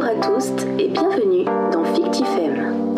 à tous et bienvenue dans Fictifem.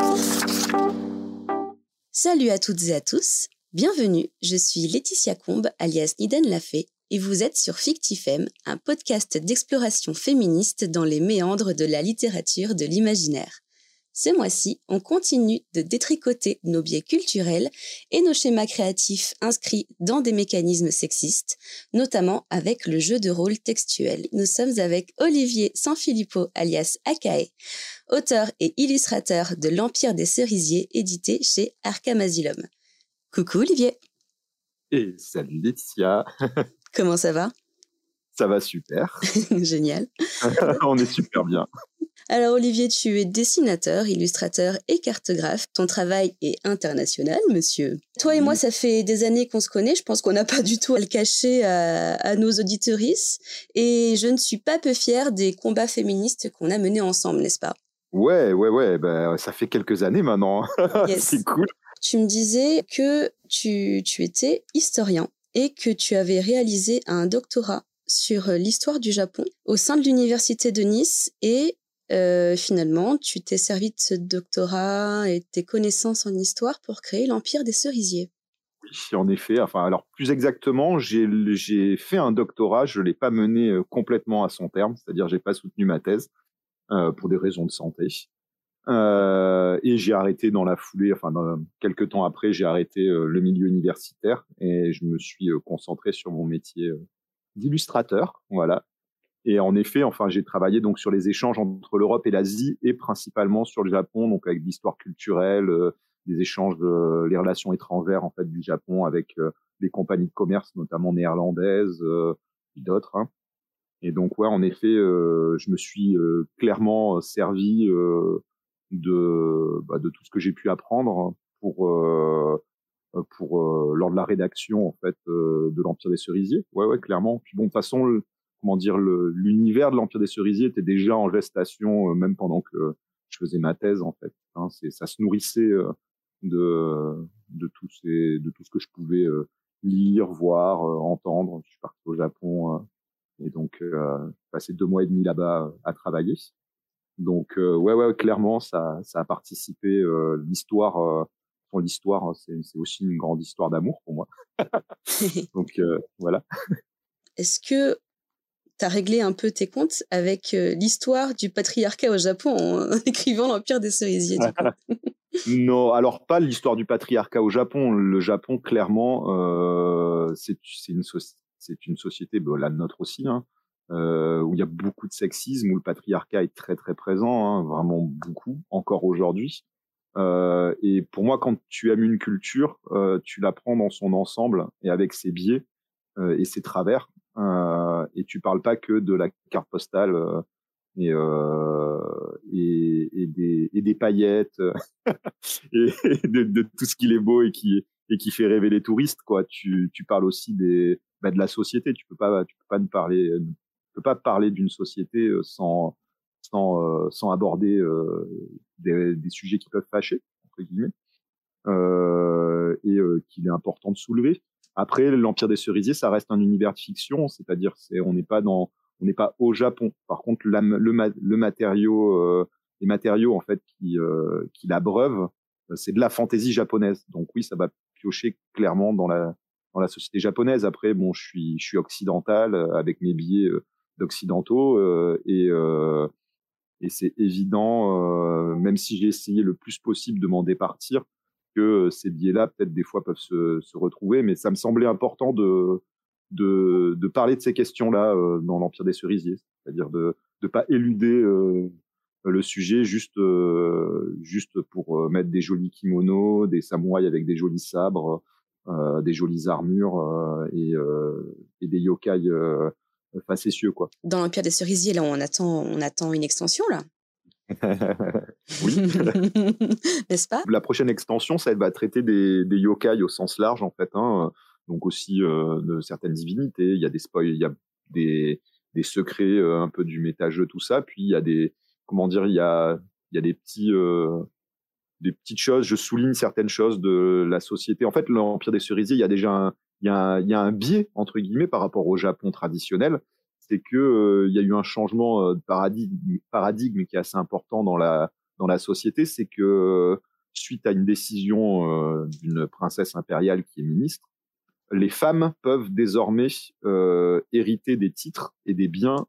Salut à toutes et à tous, bienvenue, je suis Laetitia Combe alias Niden Lafay et vous êtes sur Fictifem, un podcast d'exploration féministe dans les méandres de la littérature de l'imaginaire. Ce mois-ci, on continue de détricoter nos biais culturels et nos schémas créatifs inscrits dans des mécanismes sexistes, notamment avec le jeu de rôle textuel. Nous sommes avec Olivier Sanfilippo alias Akae, auteur et illustrateur de l'Empire des Cerisiers, édité chez Arkham Asylum. Coucou Olivier. Et salut Laetitia. Comment ça va ? Ça va super. Génial. On est super bien. Alors Olivier, tu es dessinateur, illustrateur et cartographe. Ton travail est international, monsieur. Toi et moi, ça fait des années qu'on se connaît. Je pense qu'on n'a pas du tout à le cacher à nos auditorices. Et je ne suis pas peu fière des combats féministes qu'on a menés ensemble, n'est-ce pas ? Ouais. Ben, ça fait quelques années maintenant. Yes. C'est cool. Tu me disais que tu étais historien et que tu avais réalisé un doctorat sur l'histoire du Japon au sein de l'université de Nice et finalement, tu t'es servi de ce doctorat et de tes connaissances en histoire pour créer l'Empire des Cerisiers. Oui, en effet. Enfin, alors plus exactement, j'ai fait un doctorat. Je l'ai pas mené complètement à son terme, c'est-à-dire j'ai pas soutenu ma thèse pour des raisons de santé. Et j'ai arrêté dans la foulée. Enfin, quelques temps après, j'ai arrêté le milieu universitaire et je me suis concentré sur mon métier d'illustrateur. Voilà. Et en effet, enfin, j'ai travaillé donc sur les échanges entre l'Europe et l'Asie et principalement sur le Japon, donc avec l'histoire culturelle, des échanges, les relations étrangères en fait du Japon avec les compagnies de commerce, notamment néerlandaises, et d'autres. Hein. Et donc ouais, en effet, je me suis clairement servi de tout ce que j'ai pu apprendre pour lors de la rédaction en fait de l'Empire des Cerisiers. Ouais, clairement. Puis bon, de toute façon, l'univers de l'Empire des Cerisiers était déjà en gestation même pendant que je faisais ma thèse en fait. Hein, ça se nourrissait de tout ce que je pouvais lire, voir, entendre. Je suis parti au Japon et donc passé 2 mois et demi là-bas à travailler. Donc ouais, clairement ça a participé. L'histoire, c'est aussi une grande histoire d'amour pour moi. Donc voilà. Est-ce que tu as réglé un peu tes comptes avec l'histoire du patriarcat au Japon en écrivant l'Empire des Cerisiers du coup? Non, alors pas l'histoire du patriarcat au Japon. Le Japon, clairement, c'est une société, la nôtre aussi, hein, où il y a beaucoup de sexisme, où le patriarcat est très très présent, hein, vraiment beaucoup, encore aujourd'hui. Et pour moi, quand tu aimes une culture, tu la prends dans son ensemble et avec ses biais et ses travers, et tu parles pas que de la carte postale et des paillettes et de tout ce qui est beau et qui fait rêver les touristes, quoi. Tu parles aussi de la société. Tu peux pas parler d'une société sans aborder des sujets qui peuvent fâcher, entre guillemets, et qu'il est important de soulever. Après, l'Empire des Cerisiers, ça reste un univers de fiction, c'est-à-dire on n'est pas au Japon. Par contre, le matériau, les matériaux en fait qui l'abreuvent, c'est de la fantaisie japonaise. Donc oui, ça va piocher clairement dans la société japonaise. Après, bon, je suis occidental avec mes biais d'occidentaux et c'est évident, même si j'ai essayé le plus possible de m'en départir, que ces biais-là peut-être des fois peuvent se retrouver. Mais ça me semblait important de parler de ces questions-là dans l'Empire des Cerisiers, c'est-à-dire de pas éluder le sujet juste pour mettre des jolis kimonos, des samouraïs avec des jolis sabres, des jolies armures et des yokai facétieux, quoi. Dans l'Empire des Cerisiers, là, on attend une extension, là. Oui. N'est-ce pas ? La prochaine extension, ça va traiter des yokai au sens large, en fait, hein. Donc aussi de certaines divinités. Il y a des spoils, il y a des secrets un peu du méta-jeu, tout ça. Puis il y a il y a des petites choses. Je souligne certaines choses de la société. En fait, l'Empire des Cerisiers, il y a déjà il y a un biais entre guillemets par rapport au Japon traditionnel. c'est que il y a eu un changement de paradigme qui est assez important dans la société. C'est que suite à une décision d'une princesse impériale qui est ministre, les femmes peuvent désormais hériter des titres et des biens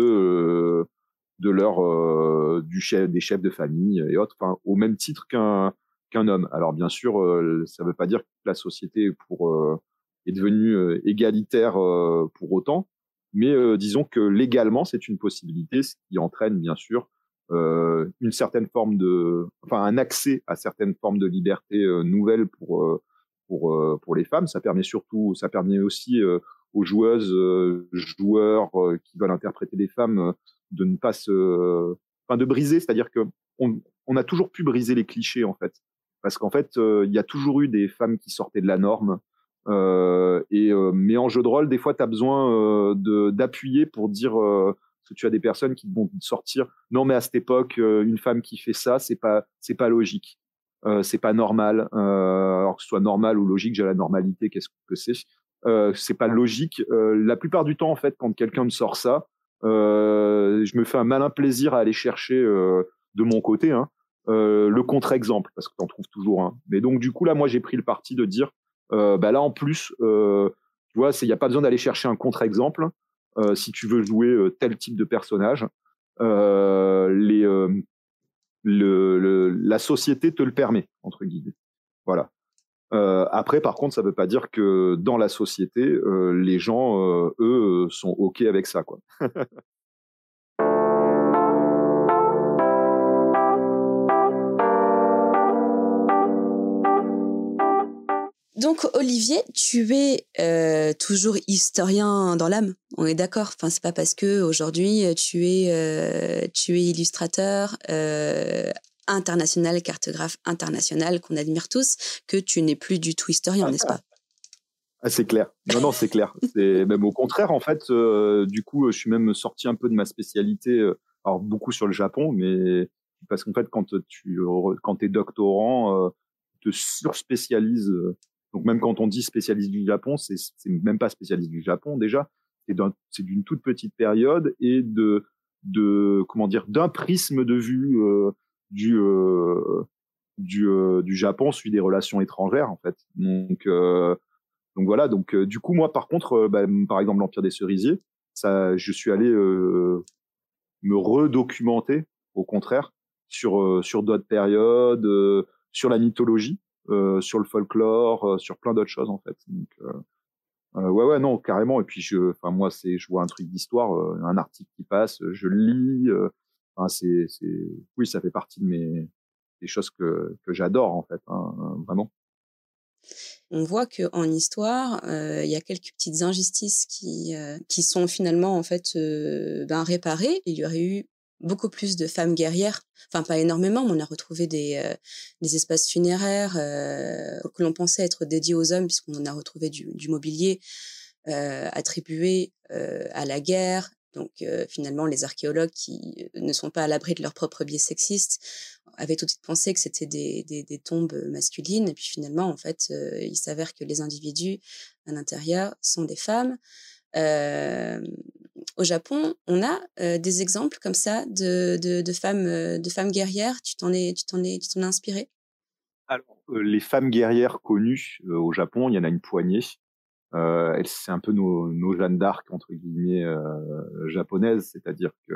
de leur des chefs de famille et autres, enfin, au même titre qu'un homme. Alors bien sûr, ça ne veut pas dire que la société est devenue égalitaire pour autant, mais disons que légalement c'est une possibilité, ce qui entraîne bien sûr une certaine forme un accès à certaines formes de liberté nouvelles pour les femmes. Ça permet aussi aux joueuses, joueurs qui veulent interpréter des femmes de ne pas de briser, c'est-à-dire que on a toujours pu briser les clichés en fait, parce qu'en fait il y a toujours eu des femmes qui sortaient de la norme, mais en jeu de rôle des fois tu as besoin d'appuyer pour dire que tu as des personnes qui vont sortir non mais à cette époque une femme qui fait ça c'est pas logique, c'est pas normal, alors que ce soit normal ou logique, j'ai la normalité, qu'est-ce que c'est pas logique. La plupart du temps en fait quand quelqu'un me sort ça, je me fais un malin plaisir à aller chercher de mon côté le contre-exemple, parce que t'en trouves toujours un. Mais donc du coup là, moi j'ai pris le parti de dire, là en plus, tu vois, il y a pas besoin d'aller chercher un contre-exemple. Si tu veux jouer tel type de personnage, la société te le permet entre guillemets. Voilà. Après, par contre, ça veut pas dire que dans la société, les gens, eux, sont OK avec ça, quoi. Donc Olivier, tu es toujours historien dans l'âme, on est d'accord. Enfin, c'est pas parce que aujourd'hui tu es illustrateur international, cartographe international qu'on admire tous, que tu n'es plus du tout historien, n'est-ce pas? Ah, c'est clair. Non, c'est clair. C'est même au contraire, en fait. Du coup, je suis même sorti un peu de ma spécialité, alors beaucoup sur le Japon, mais parce qu'en fait, quand t'es doctorant, te surspécialises. Donc même quand on dit spécialiste du Japon, c'est même pas spécialiste du Japon déjà. C'est d'une toute petite période et comment dire, d'un prisme de vue du Japon, celui des relations étrangères en fait. Donc voilà, du coup moi par contre, par exemple l'Empire des Cerisiers, ça, je suis allé me redocumenter au contraire sur d'autres périodes, sur la mythologie, sur le folklore, sur plein d'autres choses en fait. Donc ouais non carrément. Et puis je vois un truc d'histoire, un article qui passe, je le lis. Oui, ça fait partie des choses que j'adore en fait, vraiment. On voit qu'en histoire, il y a quelques petites injustices qui sont finalement en fait réparées. Il y aurait eu beaucoup plus de femmes guerrières, enfin pas énormément, mais on a retrouvé des espaces funéraires que l'on pensait être dédiés aux hommes, puisqu'on en a retrouvé du mobilier attribué à la guerre. Donc finalement, les archéologues qui ne sont pas à l'abri de leurs propres biais sexistes avaient tout de suite pensé que c'était des tombes masculines. Et puis finalement, en fait, il s'avère que les individus à l'intérieur sont des femmes. Au Japon, on a des exemples comme ça de femmes guerrières. Tu t'en es inspiré? Alors, les femmes guerrières connues au Japon, il y en a une poignée. C'est un peu nos Jeanne d'Arc entre guillemets japonaises, c'est-à-dire que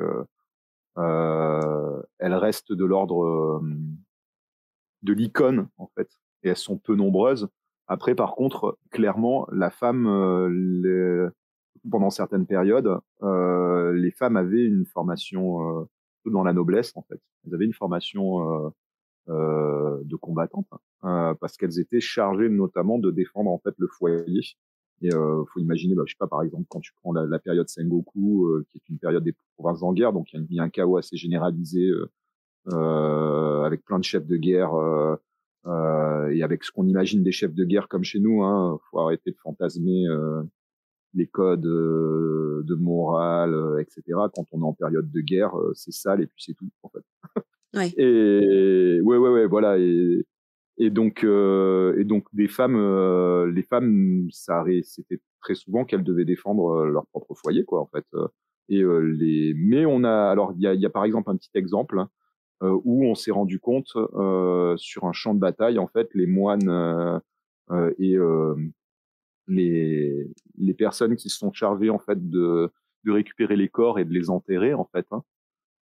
elles restent de l'ordre de l'icône en fait, et elles sont peu nombreuses. Après, par contre, clairement, la femme, pendant certaines périodes, les femmes avaient une formation dans la noblesse en fait. Elles avaient une formation de combattantes, parce qu'elles étaient chargées notamment de défendre en fait le foyer. Et faut imaginer, je sais pas, par exemple, quand tu prends la période Sengoku, qui est une période des provinces en guerre, donc il y a un chaos assez généralisé, avec plein de chefs de guerre, et avec ce qu'on imagine des chefs de guerre comme chez nous. Faut arrêter de fantasmer les codes de morale, etc. Quand on est en période de guerre, c'est sale et puis c'est tout en fait. Ouais. Et ouais, voilà. Et donc les femmes, c'était très souvent qu'elles devaient défendre leur propre foyer, quoi, en fait. Mais alors il y a par exemple un petit exemple, hein, où on s'est rendu compte sur un champ de bataille, en fait, les moines et les personnes qui se sont chargées, en fait, de récupérer les corps et de les enterrer, en fait, hein,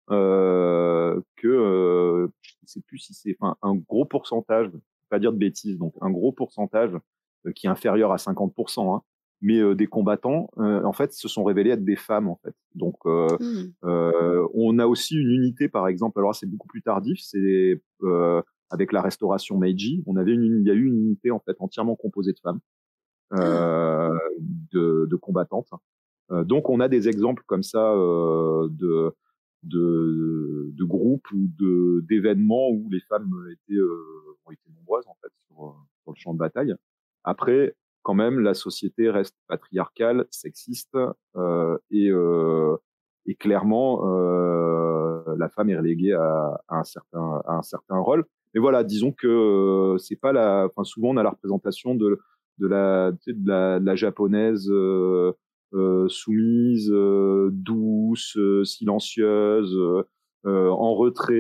je ne sais plus si c'est, enfin, un gros pourcentage, pas dire de bêtises, donc un gros pourcentage qui est inférieur à 50%, hein, mais des combattants, en fait, se sont révélés être des femmes, en fait. Donc, on a aussi une unité, par exemple. Alors, c'est beaucoup plus tardif. C'est avec la restauration Meiji, il y a eu une unité, en fait, entièrement composée de femmes, de combattantes. Donc, on a des exemples comme ça de groupes ou d'événements où les femmes ont été nombreuses, en fait, sur le champ de bataille. Après, quand même, la société reste patriarcale, sexiste, et clairement, la femme est reléguée à un certain rôle. Mais voilà, disons que c'est pas enfin, souvent on a la représentation de la japonaise soumise, douce, silencieuse, en retrait,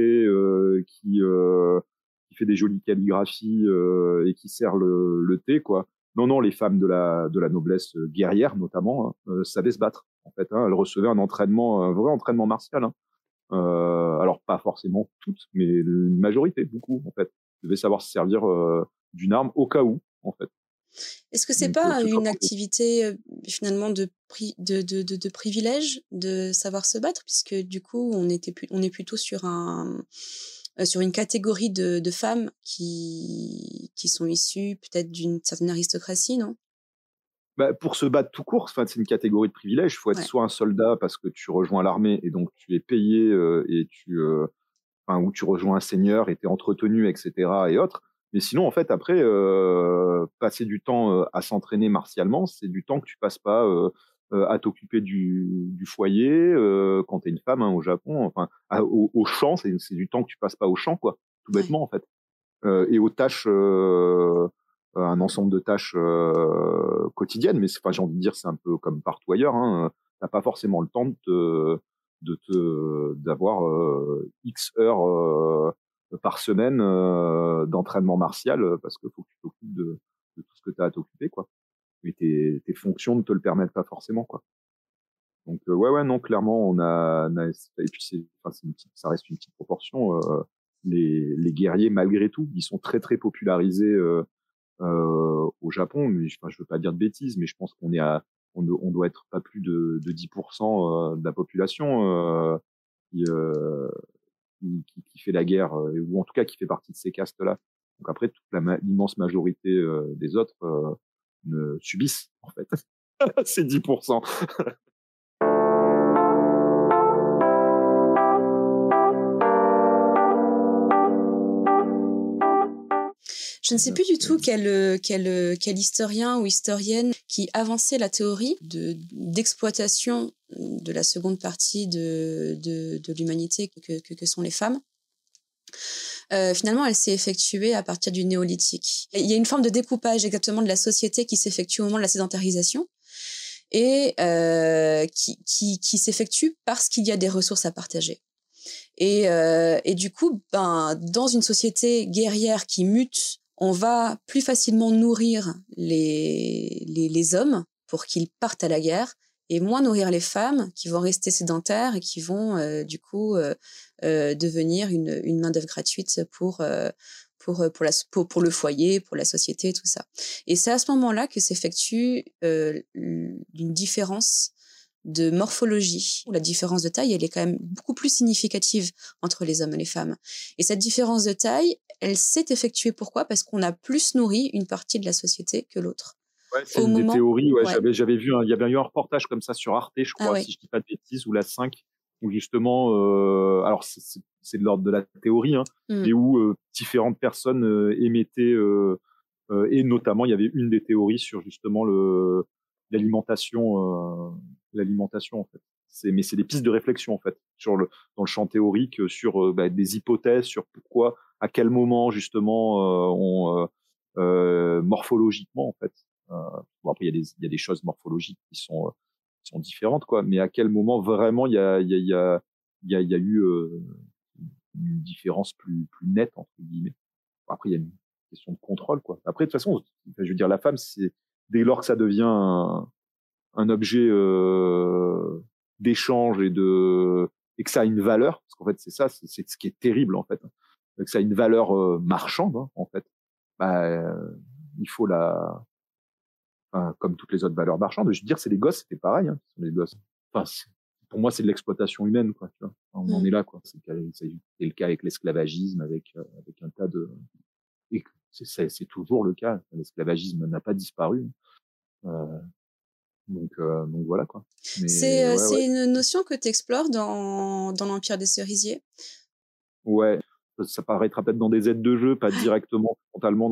qui fait des jolies calligraphies et qui sert le thé, quoi. Non, non, les femmes de la noblesse guerrière, notamment, hein, savaient se battre, en fait. Hein. Elles recevaient un vrai entraînement martial. Hein. Alors, pas forcément toutes, mais une majorité, beaucoup, en fait, devaient savoir se servir d'une arme au cas où, en fait. Est-ce que c'est Donc, pas c'est une pas activité finalement de privilège de savoir se battre, puisque du coup on est plutôt sur sur une catégorie de femmes qui sont issues peut-être d'une certaine aristocratie, non? Bah, pour se battre tout court, enfin, c'est une catégorie de privilège. Il faut être Ouais. soit un soldat parce que tu rejoins l'armée et donc tu es payé enfin, ou tu rejoins un seigneur et tu es entretenu, etc. et autres. Mais sinon, en fait, après, passer du temps à s'entraîner martialement, c'est du temps que tu passes pas à t'occuper du foyer quand tu es une femme, hein, au Japon. Enfin, au champ, c'est du temps que tu passes pas au champ, quoi, tout Ouais. bêtement, en fait. Et aux tâches, un ensemble de tâches quotidiennes, mais enfin, j'ai envie de dire, c'est un peu comme partout ailleurs. Hein, t'as pas forcément le temps d'avoir X heures par semaine d'entraînement martial parce qu'il faut que tu t'occupes de tout ce que tu as à t'occuper, quoi. Mais tes fonctions ne te le permettent pas forcément, quoi. Donc ouais, non, clairement, et puis enfin, ça reste une petite proportion. Les guerriers, malgré tout, ils sont très très popularisés au Japon. Mais enfin, je veux pas dire de bêtises, mais je pense on doit être pas plus de 10% de la population qui, euh, qui fait la guerre, ou en tout cas qui fait partie de ces castes-là. Donc après, l'immense majorité des autres ne subissent, en fait, ces 10%. Je ne sais plus du tout quel historien ou historienne qui avançait la théorie d'exploitation de la seconde partie de l'humanité que sont les femmes. Finalement, elle s'est effectuée à partir du néolithique. Il y a une forme de découpage exactement de la société qui s'effectue au moment de la sédentarisation et qui s'effectue parce qu'il y a des ressources à partager. Et du coup, dans une société guerrière qui mute, on va plus facilement nourrir les hommes pour qu'ils partent à la guerre et moins nourrir les femmes qui vont rester sédentaires et qui vont devenir une main-d'œuvre gratuite pour le foyer, pour la société, tout ça. Et c'est à ce moment-là que s'effectue une différence de morphologie. La différence de taille, elle est quand même beaucoup plus significative entre les hommes et les femmes. Et cette différence de taille, elle s'est effectuée pourquoi ? Parce qu'on a plus nourri une partie de la société que l'autre. Ouais, c'est une des théories. Ouais, ouais. j'avais vu, il y avait eu un reportage comme ça sur Arte, je crois, ouais. si je dis pas de bêtises, ou la 5, où justement, alors c'est de l'ordre de la théorie, hein, mais où différentes personnes émettaient, et notamment il y avait une des théories sur justement l'alimentation en fait. Mais c'est des pistes de réflexion en fait dans le champ théorique sur des hypothèses sur à quel moment justement morphologiquement en fait Bon, après, il y a des choses morphologiques qui sont différentes, quoi. Mais à quel moment vraiment il y a eu une différence plus nette entre guillemets. Bon, après, il y a une question de contrôle, quoi. Après, de toute façon, je veux dire, la femme, c'est dès lors que ça devient un objet d'échange et que ça a une valeur, parce qu'en fait, c'est ça, c'est ce qui est terrible, en fait, que ça a une valeur marchande, hein, en fait. Bah, il faut comme toutes les autres valeurs marchandes. Je veux dire, c'est les gosses, c'était pareil, hein, ce sont les gosses. Enfin, pour moi, c'est de l'exploitation humaine, quoi. Tu vois, on en est là, quoi. C'est le cas avec l'esclavagisme, avec un tas de. Et c'est toujours le cas. L'esclavagisme n'a pas disparu. Donc voilà, quoi. Mais c'est une notion que tu explores dans l'Empire des Cerisiers. Ouais, ça paraîtra peut-être dans des aides de jeu, pas directement, frontalement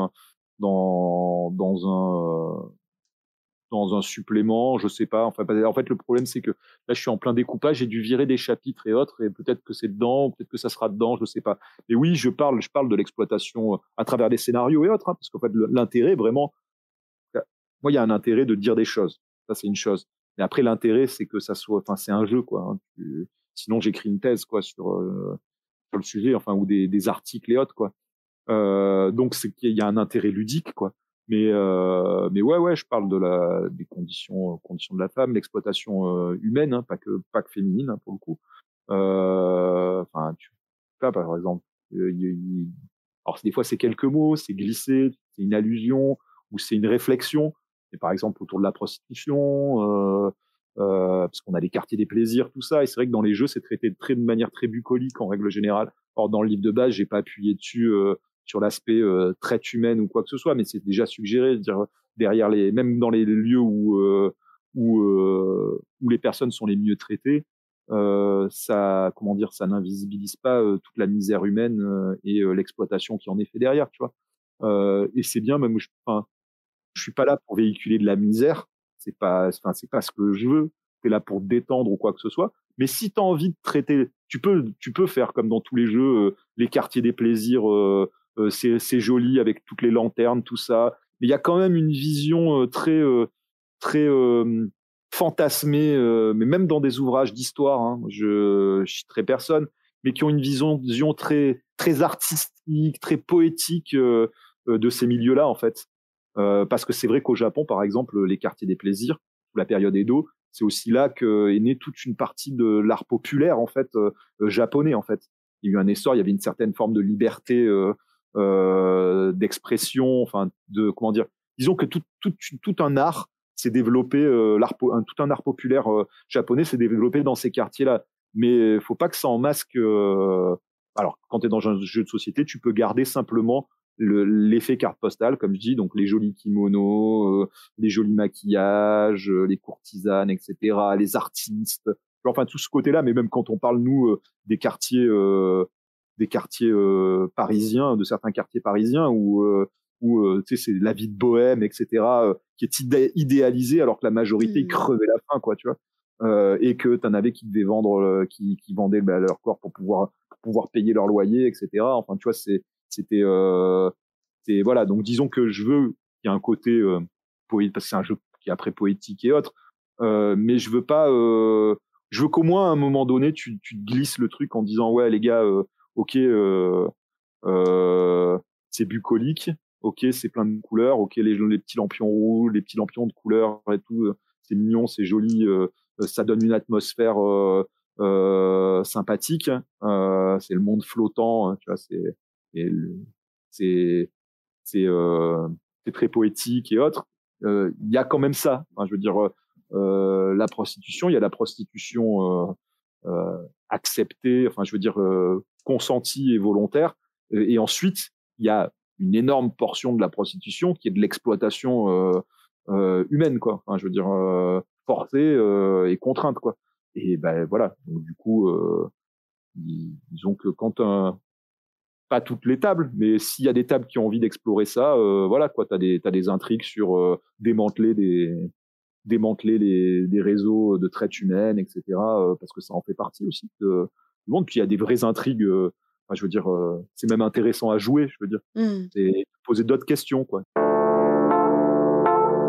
dans un supplément, je sais pas. Enfin, en fait, le problème, c'est que là, je suis en plein découpage, j'ai dû virer des chapitres et autres, et peut-être que c'est dedans, peut-être que ça sera dedans, je sais pas. Mais oui, je parle de l'exploitation à travers des scénarios et autres, hein, parce qu'en fait, l'intérêt, vraiment, moi, il y a un intérêt de dire des choses. Ça, c'est une chose. Mais après, l'intérêt, c'est que ça soit, enfin, c'est un jeu, quoi. Hein. Sinon, j'écris une thèse, quoi, sur le sujet, enfin, ou des articles et autres, quoi. Donc, c'est qu'il y a un intérêt ludique, quoi. Mais ouais, je parle des conditions de la femme, l'exploitation humaine, hein, pas que féminine, hein, pour le coup. Enfin, par exemple, alors des fois c'est quelques mots, c'est glissé, c'est une allusion ou c'est une réflexion. Et par exemple autour de la prostitution, parce qu'on a les quartiers des plaisirs, tout ça. Et c'est vrai que dans les jeux, c'est traité de manière très bucolique en règle générale. Or dans le livre de base, j'ai pas appuyé dessus sur l'aspect traite humaine ou quoi que ce soit, mais c'est déjà suggéré, dire derrière même dans les lieux où les personnes sont les mieux traitées, ça n'invisibilise pas toute la misère humaine et l'exploitation qui en est fait derrière, tu vois. Et c'est bien, même, je suis pas là pour véhiculer de la misère, c'est pas ce que je veux. T'es là pour détendre ou quoi que ce soit. Mais si t'as envie de traiter, tu peux faire comme dans tous les jeux, les quartiers des plaisirs, c'est joli avec toutes les lanternes, tout ça. Mais il y a quand même une vision très fantasmée, mais même dans des ouvrages d'histoire, hein, je citerai personne, mais qui ont une vision très très artistique, très poétique de ces milieux-là, en fait. Parce que c'est vrai qu'au Japon, par exemple, les quartiers des plaisirs, sous la période Edo, c'est aussi là qu'est née toute une partie de l'art populaire, en fait, japonais, en fait. Il y a eu un essor, il y avait une certaine forme de liberté d'expression, enfin, comment dire. Disons que tout un art s'est développé, tout un art populaire japonais s'est développé dans ces quartiers-là. Mais faut pas que ça en masque. Alors, quand tu es dans un jeu de société, tu peux garder simplement l'effet carte postale, comme je dis, donc les jolis kimonos, les jolis maquillages, les courtisanes, etc., les artistes, enfin tout ce côté-là. Mais même quand on parle nous des quartiers parisiens, de certains quartiers parisiens où tu sais, c'est la vie de bohème, etc., qui est idéalisée alors que la majorité crevait la faim, quoi, tu vois. Et que t'en avais qui devaient vendre, qui vendaient leur corps pour pouvoir payer leur loyer, etc. Enfin, tu vois, c'était voilà. Donc disons que je veux qu'il y ait un côté poétique, parce que c'est un jeu qui est après poétique et autres, mais je veux pas je veux qu'au moins à un moment donné tu glisses le truc en disant ouais les gars, ok, c'est bucolique, ok, c'est plein de couleurs, ok, les petits lampions rouges, les petits lampions de couleurs et tout, c'est mignon, c'est joli, ça donne une atmosphère sympathique, c'est le monde flottant, tu vois, c'est c'est très poétique et autres. Il y a quand même ça. Enfin, je veux dire, la prostitution, il y a la prostitution acceptée, enfin, je veux dire, consentie et volontaire. Et ensuite, il y a une énorme portion de la prostitution qui est de l'exploitation humaine, quoi. Enfin, je veux dire, forcée et contrainte, quoi. Et ben voilà. Donc, du coup, disons que pas toutes les tables, mais s'il y a des tables qui ont envie d'explorer ça, voilà quoi, t'as des intrigues sur démanteler des réseaux de traite humaine, etc. Parce que ça en fait partie aussi du monde. Puis il y a des vraies intrigues. Enfin, je veux dire, c'est même intéressant à jouer. Je veux dire, c'est poser d'autres questions, quoi.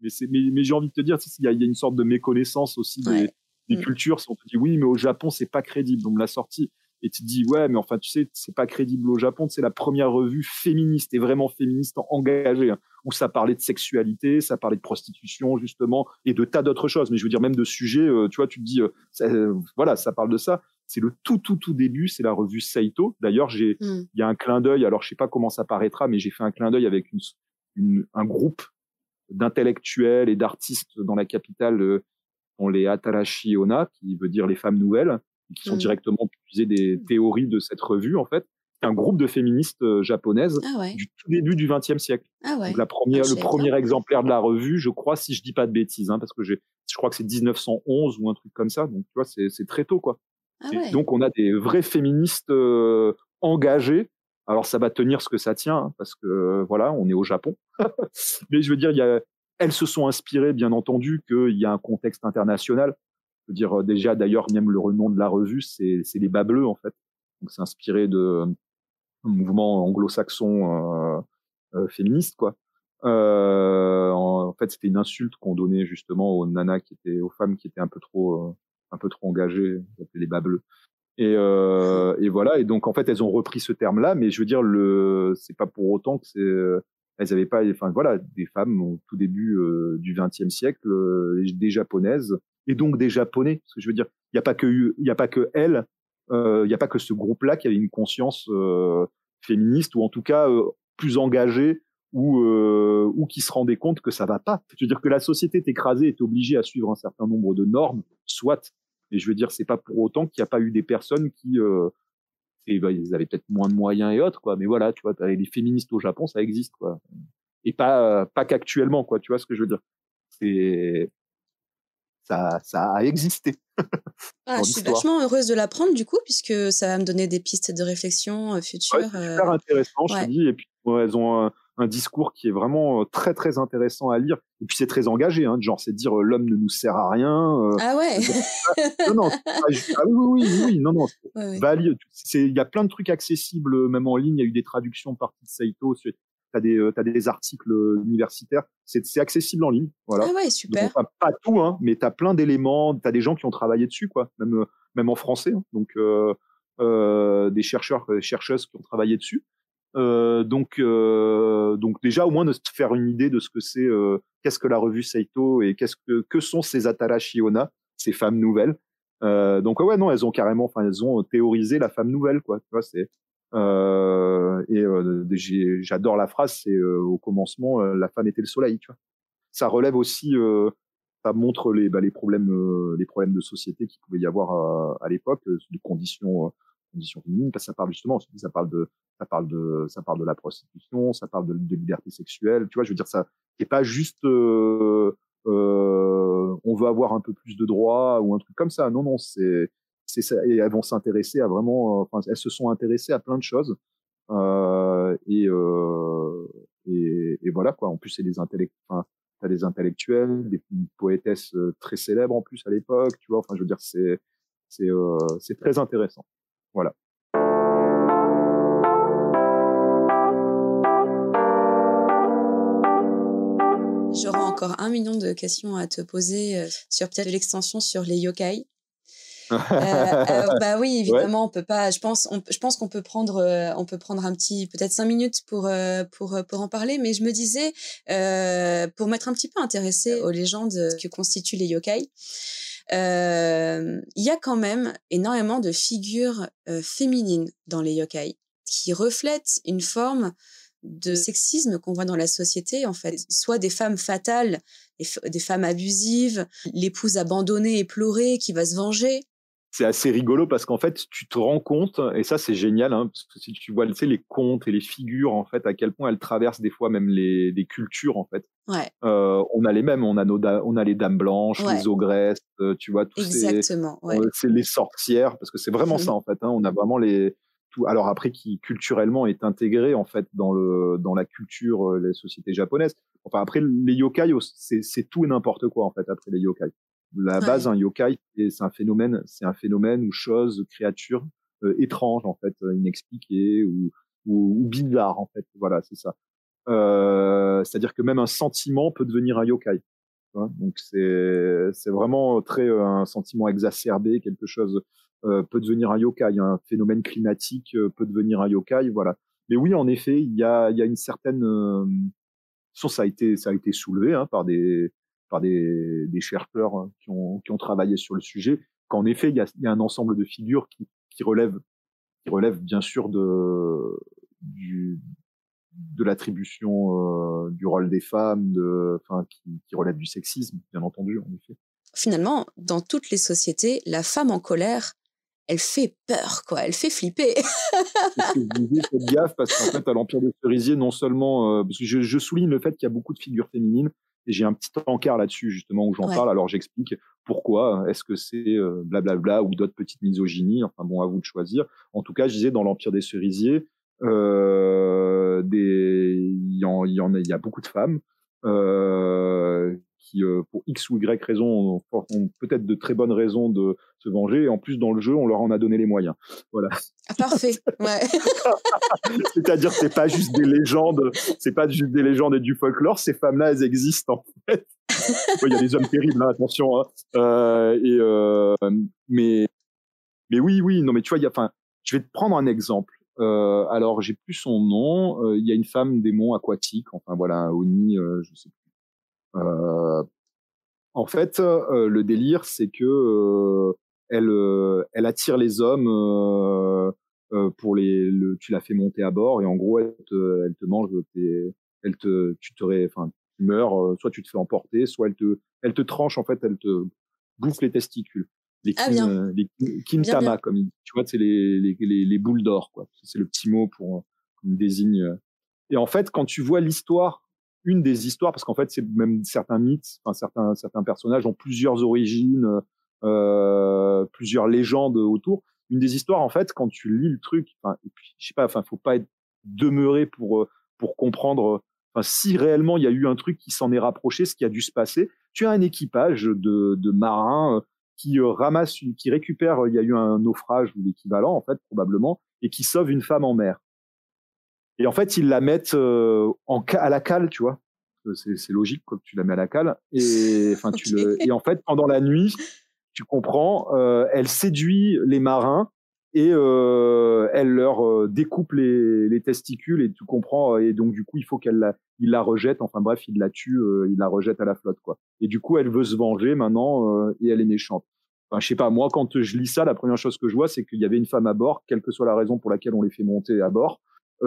Mais j'ai envie de te dire, il y a une sorte de méconnaissance aussi des cultures. Si on te dit oui, mais au Japon, c'est pas crédible. On me l'a sorti. Et tu te dis, ouais, mais enfin, tu sais, c'est pas crédible au Japon. C'est la première revue féministe et vraiment féministe engagée, hein, où ça parlait de sexualité, ça parlait de prostitution, justement, et de tas d'autres choses. Mais je veux dire, même de sujets, tu vois, tu te dis, voilà, ça parle de ça. C'est le tout début, c'est la revue Saito. D'ailleurs, il y a un clin d'œil. Alors, je sais pas comment ça paraîtra, mais j'ai fait un clin d'œil avec un groupe d'intellectuels et d'artistes dans la capitale, ont les Atarashi Onna, qui veut dire les femmes nouvelles, qui sont directement puisées des théories de cette revue, en fait. C'est un groupe de féministes japonaises du tout début du XXe siècle. Donc le premier exemplaire de la revue, je crois, si je dis pas de bêtises, hein, parce que je crois que c'est 1911 ou un truc comme ça. Donc tu vois, c'est très tôt, quoi. Donc on a des vrais féministes engagés. Alors ça va tenir ce que ça tient, hein, parce que voilà, on est au Japon. Mais je veux dire, elles se sont inspirées, bien entendu, qu'il y a un contexte international. Je veux dire, déjà, d'ailleurs, même le nom de la revue, c'est les Bas Bleus, en fait. Donc, c'est inspiré de mouvement anglo-saxon féministe, quoi. En fait, c'était une insulte qu'on donnait justement aux femmes qui étaient un peu trop engagées, les Bas Bleus. Et voilà. Et donc, en fait, elles ont repris ce terme-là, mais je veux dire, c'est pas pour autant que elles avaient pas, enfin voilà, des femmes au tout début du XXe siècle, des japonaises et donc des japonais. Parce que je veux dire, il y a pas que elles, il y a pas que ce groupe-là qui avait une conscience féministe ou en tout cas plus engagée ou qui se rendait compte que ça va pas. Je veux dire que la société est écrasée, est obligée à suivre un certain nombre de normes, soit. Et je veux dire, c'est pas pour autant qu'il n'y a pas eu des personnes qui ils avaient peut-être moins de moyens et autres, quoi. Mais voilà, tu vois, les féministes au Japon, ça existe, quoi. Et pas qu'actuellement, quoi. Tu vois ce que je veux dire? Ça a existé. Je suis vachement heureuse de l'apprendre, du coup, puisque ça va me donner des pistes de réflexion futures. Ouais, c'est super intéressant, je te dis. Et puis, elles ont un discours qui est vraiment très, très intéressant à lire. Et puis, c'est très engagé, hein. Genre, c'est de dire l'homme ne nous sert à rien. Ah ouais. Non, oui, non. Va lire. Il y a plein de trucs accessibles, même en ligne. Il y a eu des traductions de parties de Saito. T'as des articles universitaires. C'est accessible en ligne. Voilà. Ah ouais, super. Donc, pas tout, hein, mais t'as plein d'éléments. T'as des gens qui ont travaillé dessus, quoi. Même en français. Hein. Donc, des chercheuses qui ont travaillé dessus. Donc déjà au moins de se faire une idée de ce que c'est, qu'est-ce que la revue Saito et que sont ces Atarashi Onna, ces femmes nouvelles. Donc ouais non, elles ont théorisé la femme nouvelle, quoi. Tu vois, j'adore la phrase, c'est au commencement la femme était le soleil, tu vois. Ça relève aussi, ça montre les problèmes de société qu'il pouvait y avoir à l'époque, de conditions féminines, parce que ça parle justement, ça parle de la prostitution, ça parle de liberté sexuelle, tu vois, je veux dire, ça c'est pas juste on veut avoir un peu plus de droits ou un truc comme ça. Non, c'est ça. Et elles vont s'intéresser à vraiment, elles se sont intéressées à plein de choses. Et voilà, quoi. En plus, c'est t'as des intellectuels, des poétesses très célèbres en plus à l'époque, tu vois. Enfin, je veux dire, c'est très intéressant. Voilà. J'aurai encore 1 million de questions à te poser sur peut-être l'extension sur les yokai. Bah oui, évidemment, on peut pas. Je pense qu'on peut prendre un petit, peut-être 5 minutes pour en parler. Mais je me disais, pour m'être un petit peu intéressée aux légendes que constituent les yokai, il y a quand même énormément de figures féminines dans les yokai qui reflètent une forme de sexisme qu'on voit dans la société, en fait. Soit des femmes fatales, des femmes abusives, l'épouse abandonnée et pleurée qui va se venger. C'est assez rigolo parce qu'en fait, tu te rends compte, et ça c'est génial, hein, parce que si tu vois, tu sais, les contes et les figures, en fait, à quel point elles traversent des fois même des cultures, en fait. Ouais. On a les mêmes, on a les dames blanches, les ogresses, tu vois, tous exactement, c'est les sorcières, parce que c'est vraiment ça, en fait. Hein, on a vraiment alors après, qui culturellement est intégré, en fait, dans la culture, les sociétés japonaises. Enfin, après, les yokai, c'est tout et n'importe quoi, en fait, après les yokai. La base, un yokai, c'est un phénomène ou chose, créature étrange, en fait, inexpliquée ou bizarre, en fait. Voilà, c'est ça. C'est-à-dire que même un sentiment peut devenir un yokai. Hein. Donc c'est vraiment très un sentiment exacerbé, quelque chose peut devenir un yokai, un phénomène climatique peut devenir un yokai, voilà. Mais oui, en effet, il y a une certaine ça a été soulevé hein, par des chercheurs qui ont travaillé sur le sujet, qu'en effet, il y a un ensemble de figures qui relèvent bien sûr de l'attribution du rôle des femmes, qui relèvent du sexisme, bien entendu, en effet. Finalement, dans toutes les sociétés, la femme en colère, elle fait peur, quoi. Elle fait flipper. Parce que je disais, faites gaffe, parce qu'en fait, à l'Empire des Cerisiers, non seulement, parce que je souligne le fait qu'il y a beaucoup de figures féminines, et j'ai un petit encart là-dessus, justement, où j'en parle, alors j'explique pourquoi, est-ce que c'est blablabla ou d'autres petites misogynies, enfin bon, à vous de choisir. En tout cas, je disais, dans l'Empire des Cerisiers, il y a beaucoup de femmes, qui, pour X ou Y raison, ont peut-être de très bonnes raisons de se venger. Et en plus, dans le jeu, on leur en a donné les moyens. Voilà. Ah, parfait. Ouais. C'est-à-dire, c'est pas juste des légendes et du folklore. Ces femmes-là, elles existent en fait. Il y a des hommes terribles, hein, attention. Hein. Mais oui, non, mais tu vois, enfin, je vais te prendre un exemple. Alors, j'ai plus son nom. Il y a une femme démon aquatique. Enfin voilà, un Oni, je sais plus. En fait, le délire, c'est que elle attire les hommes tu la fais monter à bord et en gros, elle te mange, enfin, tu meurs, soit tu te fais emporter, soit elle te tranche en fait, elle te bouffe les testicules, les kintama bien. comme il dit. Tu vois, c'est les boules d'or quoi. C'est le petit mot pour qu'on désigne. Et en fait, quand tu vois une des histoires, parce qu'en fait, c'est même certains mythes, enfin, certains personnages ont plusieurs origines, plusieurs légendes autour. Une des histoires, en fait, quand tu lis le truc, enfin, et puis, je sais pas, enfin, faut pas être demeuré pour comprendre, enfin, si réellement il y a eu un truc qui s'en est rapproché, ce qui a dû se passer. Tu as un équipage de marins qui récupère, il y a eu un naufrage ou l'équivalent, en fait, probablement, et qui sauve une femme en mer. Et en fait, ils la mettent à la cale, tu vois. C'est logique quoi, que tu la mets à la cale. Et, enfin, et en fait, pendant la nuit, tu comprends, elle séduit les marins et elle leur découpe les testicules et tu comprends. Et donc, du coup, il faut il la rejette. Enfin bref, il la tue, il la rejette à la flotte, quoi. Et du coup, elle veut se venger maintenant et elle est méchante. Enfin, je sais pas, moi, quand je lis ça, la première chose que je vois, c'est qu'il y avait une femme à bord, quelle que soit la raison pour laquelle on les fait monter à bord.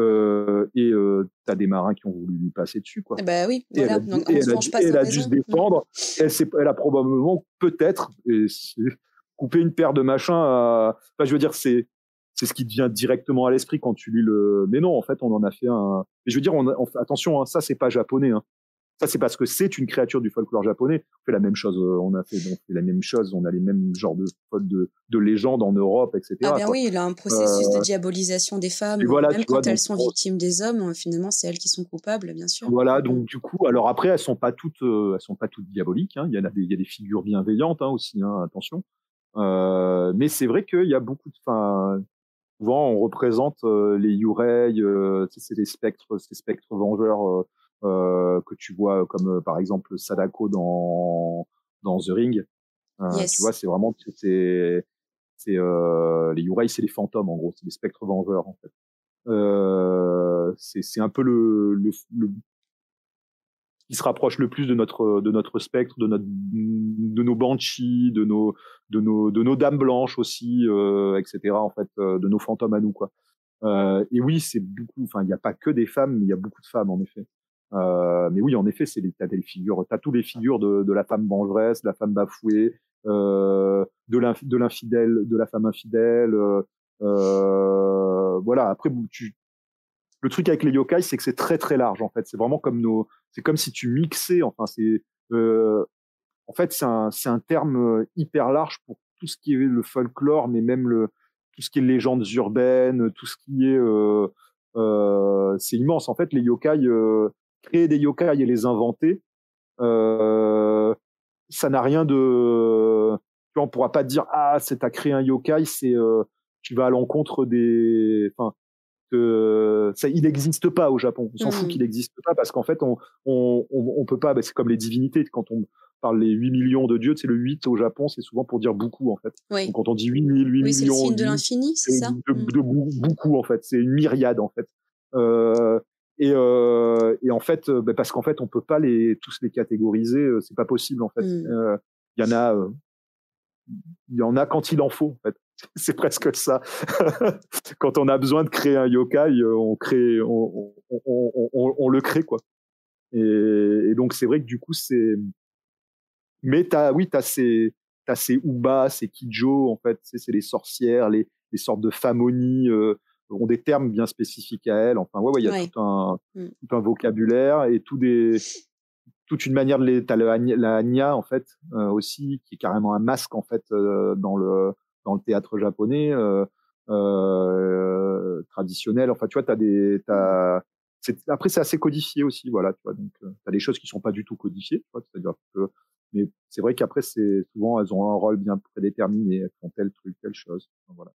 T'as des marins qui ont voulu lui passer dessus, quoi. Bah oui, et voilà. donc, elle a dû se défendre. Elle a probablement, peut-être, coupé une paire de machins enfin, je veux dire, c'est ce qui te vient directement à l'esprit quand tu lis mais non, en fait, on en a fait un. Mais je veux dire, attention, hein, ça, c'est pas japonais, hein. Ça, c'est parce que c'est une créature du folklore japonais. On fait la même chose, on fait la même chose, on a les mêmes genres de légendes en Europe, etc. Ah bien quoi. Oui, il a un processus de diabolisation des femmes, voilà, même quand elles sont victimes des hommes, finalement, c'est elles qui sont coupables, bien sûr. Voilà, donc du coup, alors après, elles sont pas toutes diaboliques, hein. Il y a des figures bienveillantes hein, aussi, hein, attention. Mais c'est vrai qu'il y a beaucoup enfin, souvent on représente les yurei, c'est ces spectres vengeurs que tu vois comme par exemple Sadako dans The Ring. Yes. Tu vois, c'est vraiment les yurei, c'est les fantômes en gros, c'est les spectres vengeurs en fait. C'est un peu le qui se rapproche le plus de notre spectre, de nos banshees, de nos dames blanches aussi, etc. En fait, de nos fantômes à nous, quoi. Et oui, c'est beaucoup. Enfin, il n'y a pas que des femmes, mais il y a beaucoup de femmes en effet. Mais oui, en effet, t'as des figures, t'as tous les figures de la femme vengeresse, de la femme bafouée, de l'infidèle, de la femme infidèle. Voilà. Après, le truc avec les yokai, c'est que c'est très très large en fait. C'est vraiment c'est comme si tu mixais. Enfin, en fait, c'est un terme hyper large pour tout ce qui est le folklore, mais même tout ce qui est légendes urbaines, tout ce qui est, c'est immense. En fait, les yokai, créer des yokai et les inventer, ça n'a rien de. Tu vois, on pourra pas dire ah, t'as créé un yokai, tu vas à l'encontre des. Enfin, il n'existe pas au Japon. On s'en fout qu'il n'existe pas parce qu'en fait, on peut pas. C'est comme les divinités. Quand on parle les 8 millions de dieux, le 8 au Japon, c'est souvent pour dire beaucoup en fait. Oui. Donc quand on dit 8 millions, c'est le signe de l'infini, c'est ça. De beaucoup en fait. C'est une myriade en fait. Et en fait, parce qu'en fait, on peut pas tous les catégoriser. C'est pas possible en fait. Il y en a quand il en faut en fait. C'est presque ça. Quand on a besoin de créer un yokai, on le crée quoi. Et donc c'est vrai que du coup c'est. Mais t'as ces Uba, ces Kijo en fait, c'est les sorcières, les sortes de famonies ont des termes bien spécifiques à elles. Enfin il y a tout un vocabulaire et toute une manière de les. T'as la hanya en fait aussi qui est carrément un masque en fait dans le théâtre japonais traditionnel. Enfin tu vois après c'est assez codifié aussi voilà tu vois donc t'as des choses qui sont pas du tout codifiées tu vois, c'est-à-dire que mais c'est vrai qu'après c'est souvent elles ont un rôle bien prédéterminé, elles font tel truc telle chose donc, voilà.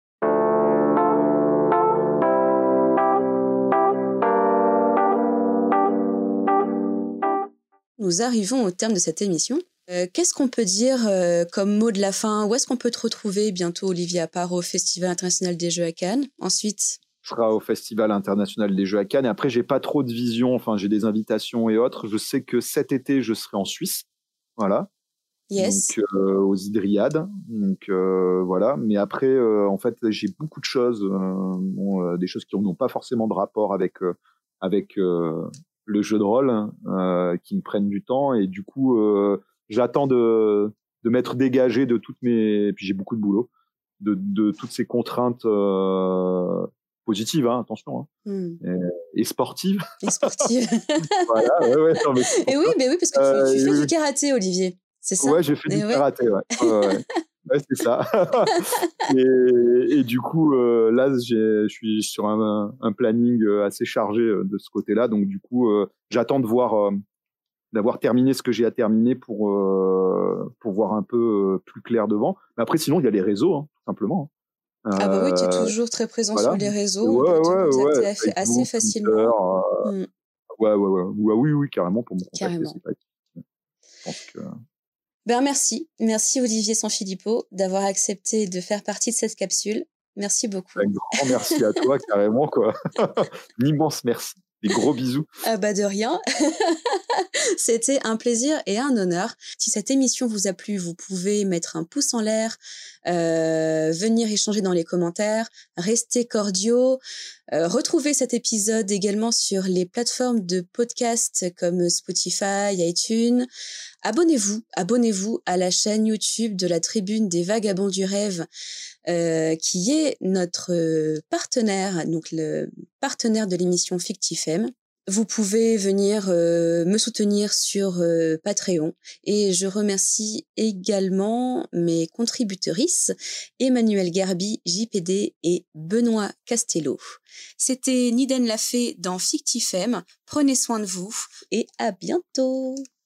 Nous arrivons au terme de cette émission. Qu'est-ce qu'on peut dire comme mot de la fin? Où est-ce qu'on peut te retrouver bientôt, Olivier, à part au Festival international des Jeux à Cannes? Ensuite, je serai au Festival international des Jeux à Cannes. Et après, j'ai pas trop de vision. Enfin, j'ai des invitations et autres. Je sais que cet été, je serai en Suisse. Voilà. Yes. Donc, aux Hydriades. Donc, voilà. Mais après, en fait, j'ai beaucoup de choses. Des choses qui n'ont pas forcément de rapport avec le jeu de rôle, qui me prennent du temps. Et du coup, j'attends de m'être dégagé de toutes mes. Et puis, j'ai beaucoup de boulot. De toutes ces contraintes positives, hein, attention, hein, et sportives. Et sportives. Voilà, ouais, non, mais et oui, mais oui, parce que tu fais du karaté, Olivier. C'est ça? Ouais, j'ai fait du karaté, ouais. Ouais, c'est ça. et du coup, là, je suis sur un planning assez chargé de ce côté-là. Donc, du coup, j'attends d'avoir terminé ce que j'ai à terminer pour voir un peu plus clair devant. Mais après, sinon, il y a les réseaux, hein, tout simplement. Ah bah oui, tu es toujours très présent sur les réseaux. On peut te contacter Facebook, assez facilement. Oui, carrément, pour me contacter. Carrément. Je pense que... Merci Olivier Sanfilippo d'avoir accepté de faire partie de cette capsule. Merci beaucoup. Un grand merci à toi, carrément, quoi. Un immense merci. Des gros bisous. Ah bah de rien. C'était un plaisir et un honneur. Si cette émission vous a plu, vous pouvez mettre un pouce en l'air, venir échanger dans les commentaires, rester cordiaux. Retrouvez cet épisode également sur les plateformes de podcast comme Spotify, iTunes. Abonnez-vous à la chaîne YouTube de la Tribune des Vagabonds du Rêve, qui est notre partenaire, donc le partenaire de l'émission FictiFem. Vous pouvez venir me soutenir sur Patreon et je remercie également mes contributrices Emmanuel Garbi, JPD et Benoît Castello. C'était Niden Lafay dans FictiFem. Prenez soin de vous et à bientôt.